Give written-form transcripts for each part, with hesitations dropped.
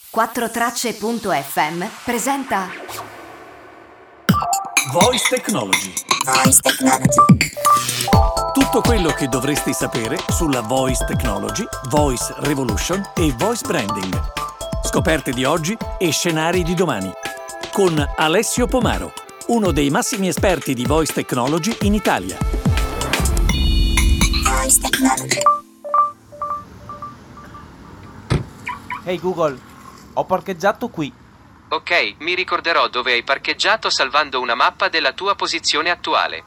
4Tracce.fm presenta Voice Technology. Tutto quello che dovresti sapere sulla Voice Technology, Voice Revolution e Voice Branding. Scoperte di oggi e scenari di domani. Con Alessio Pomaro, uno dei massimi esperti di Voice Technology in Italia. Voice Technology. Hey Google, ho parcheggiato qui. Ok, mi ricorderò dove hai parcheggiato salvando una mappa della tua posizione attuale.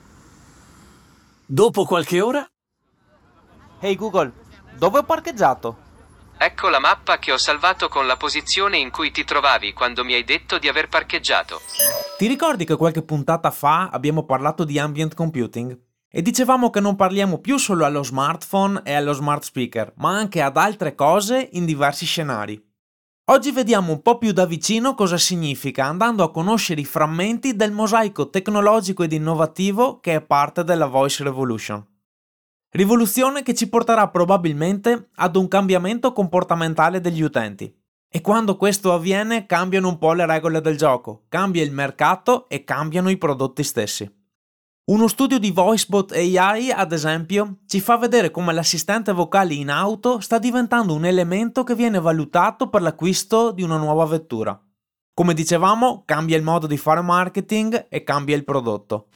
Dopo qualche ora, Hey Google, dove ho parcheggiato? Ecco la mappa che ho salvato con la posizione in cui ti trovavi quando mi hai detto di aver parcheggiato. Ti ricordi che qualche puntata fa abbiamo parlato di ambient computing? E dicevamo che non parliamo più solo allo smartphone e allo smart speaker, ma anche ad altre cose in diversi scenari. Oggi vediamo un po' più da vicino cosa significa, andando a conoscere i frammenti del mosaico tecnologico ed innovativo che è parte della Voice Revolution. Rivoluzione che ci porterà probabilmente ad un cambiamento comportamentale degli utenti. E quando questo avviene cambiano un po' le regole del gioco, cambia il mercato e cambiano i prodotti stessi. Uno studio di VoiceBot AI, ad esempio, ci fa vedere come l'assistente vocale in auto sta diventando un elemento che viene valutato per l'acquisto di una nuova vettura. Come dicevamo, cambia il modo di fare marketing e cambia il prodotto.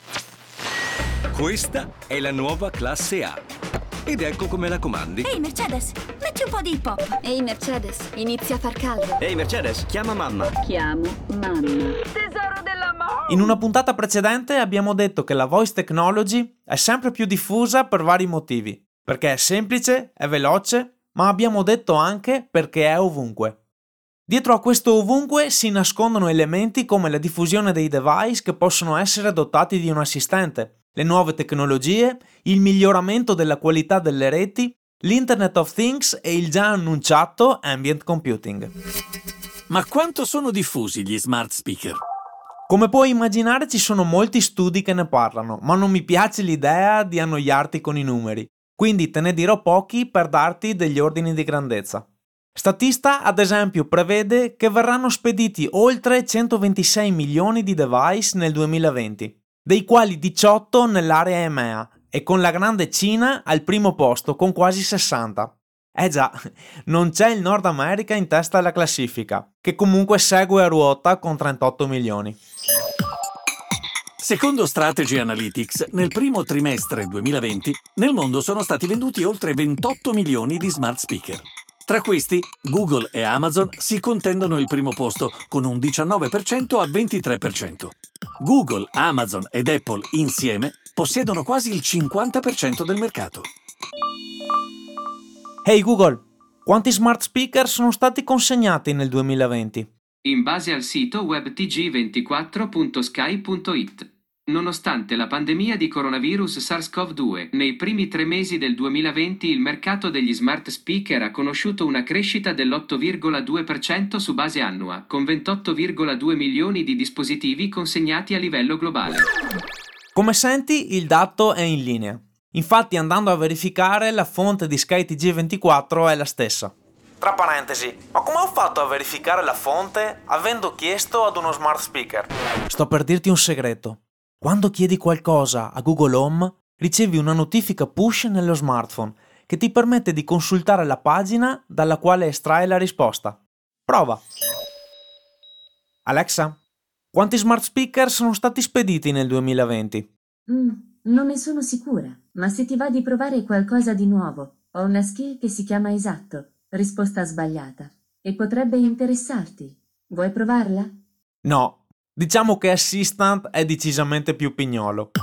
Questa è la nuova classe A. Ed ecco come la comandi. Ehi Mercedes, metti un po' di hip hop. Ehi Mercedes, inizia a far caldo. Ehi Mercedes, chiama mamma. Chiamo mamma. Tesoro dell'amore. In una puntata precedente abbiamo detto che la voice technology è sempre più diffusa per vari motivi. Perché è semplice, è veloce, ma abbiamo detto anche perché è ovunque. Dietro a questo ovunque si nascondono elementi come la diffusione dei device che possono essere dotati di un assistente, le nuove tecnologie, il miglioramento della qualità delle reti, l'Internet of Things e il già annunciato ambient computing. ma quanto sono diffusi gli smart speaker? Come puoi immaginare ci sono molti studi che ne parlano, ma non mi piace l'idea di annoiarti con i numeri, quindi te ne dirò pochi per darti degli ordini di grandezza. Statista, ad esempio, prevede che verranno spediti oltre 126 milioni di device nel 2020, dei quali 18 nell'area EMEA e con la grande Cina al primo posto con quasi 60. Già, non c'è il Nord America in testa alla classifica, che comunque segue a ruota con 38 milioni. Secondo Strategy Analytics, nel primo trimestre 2020 nel mondo sono stati venduti oltre 28 milioni di smart speaker. Tra questi, Google e Amazon si contendono il primo posto con un 19% a 23%. Google, Amazon ed Apple insieme possiedono quasi il 50% del mercato. Hey Google, quanti smart speaker sono stati consegnati nel 2020? In base al sito webtg24.sky.it. Nonostante la pandemia di coronavirus SARS-CoV-2, nei primi 3 mesi del 2020 il mercato degli smart speaker ha conosciuto una crescita dell'8,2% su base annua, con 28,2 milioni di dispositivi consegnati a livello globale. Come senti, il dato è in linea. Infatti, andando a verificare, la fonte di SkyTG24 è la stessa. Tra parentesi, ma come ho fatto a verificare la fonte avendo chiesto ad uno smart speaker? Sto per dirti un segreto. Quando chiedi qualcosa a Google Home, ricevi una notifica push nello smartphone che ti permette di consultare la pagina dalla quale estrai la risposta. Prova! Alexa, quanti smart speaker sono stati spediti nel 2020? Non ne sono sicura, ma se ti va di provare qualcosa di nuovo, ho una skill che si chiama esatto, risposta sbagliata, e potrebbe interessarti. Vuoi provarla? No. Diciamo che Assistant è decisamente più pignolo.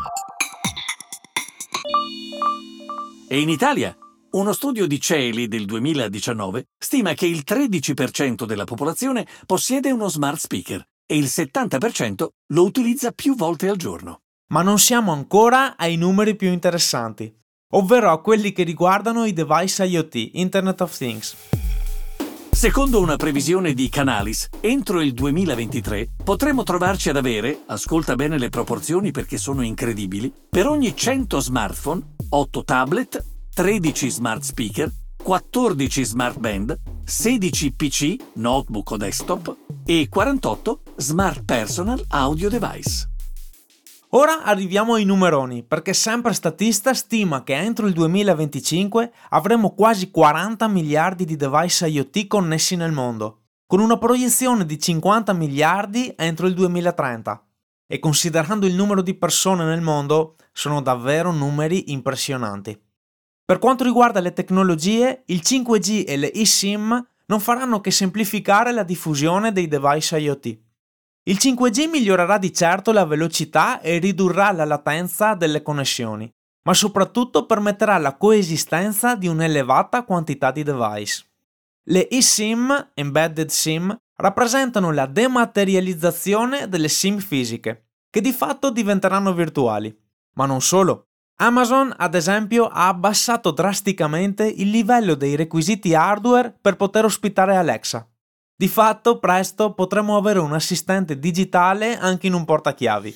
E in Italia, uno studio di CELI del 2019 stima che il 13% della popolazione possiede uno smart speaker e il 70% lo utilizza più volte al giorno. Ma non siamo ancora ai numeri più interessanti, ovvero a quelli che riguardano i device IoT, Internet of Things. Secondo una previsione di Canalys, entro il 2023 potremo trovarci ad avere, ascolta bene le proporzioni perché sono incredibili, per ogni 100 smartphone, 8 tablet, 13 smart speaker 14 smart band, 16 PC, notebook o desktop e 48 smart personal audio device. Ora arriviamo ai numeroni, perché sempre Statista stima che entro il 2025 avremo quasi 40 miliardi di device IoT connessi nel mondo, con una proiezione di 50 miliardi entro il 2030. E considerando il numero di persone nel mondo, sono davvero numeri impressionanti. Per quanto riguarda le tecnologie, il 5G e le eSIM non faranno che semplificare la diffusione dei device IoT. Il 5G migliorerà di certo la velocità e ridurrà la latenza delle connessioni, ma soprattutto permetterà la coesistenza di un'elevata quantità di device. Le eSIM, Embedded SIM, rappresentano la dematerializzazione delle SIM fisiche, che di fatto diventeranno virtuali. Ma non solo. Amazon, ad esempio, ha abbassato drasticamente il livello dei requisiti hardware per poter ospitare Alexa. Di fatto, presto potremo avere un assistente digitale anche in un portachiavi.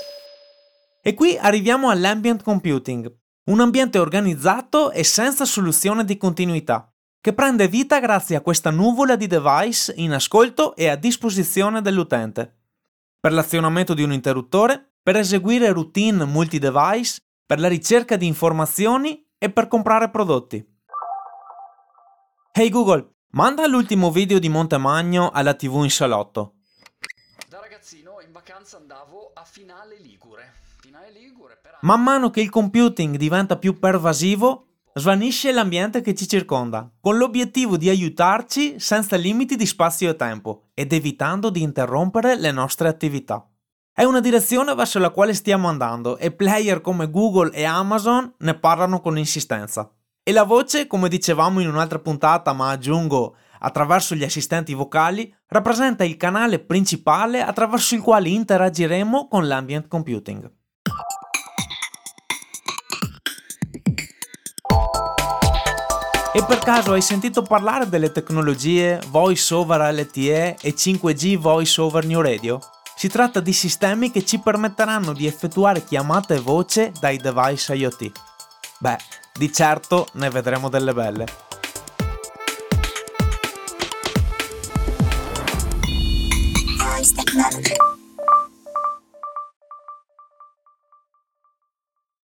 E qui arriviamo all'ambient computing, un ambiente organizzato e senza soluzione di continuità, che prende vita grazie a questa nuvola di device in ascolto e a disposizione dell'utente. Per l'azionamento di un interruttore, per eseguire routine multi-device, per la ricerca di informazioni e per comprare prodotti. Hey Google, manda l'ultimo video di Montemagno alla TV in salotto. Da ragazzino in vacanza andavo a Finale Ligure. Man mano che il computing diventa più pervasivo, svanisce l'ambiente che ci circonda, con l'obiettivo di aiutarci senza limiti di spazio e tempo ed evitando di interrompere le nostre attività. È una direzione verso la quale stiamo andando e player come Google e Amazon ne parlano con insistenza. E la voce, come dicevamo in un'altra puntata, ma aggiungo attraverso gli assistenti vocali, rappresenta il canale principale attraverso il quale interagiremo con l'ambient computing. E per caso hai sentito parlare delle tecnologie Voice over LTE e 5G Voice over New Radio? Si tratta di sistemi che ci permetteranno di effettuare chiamate voce dai device IoT. Beh, di certo ne vedremo delle belle. Voice technology.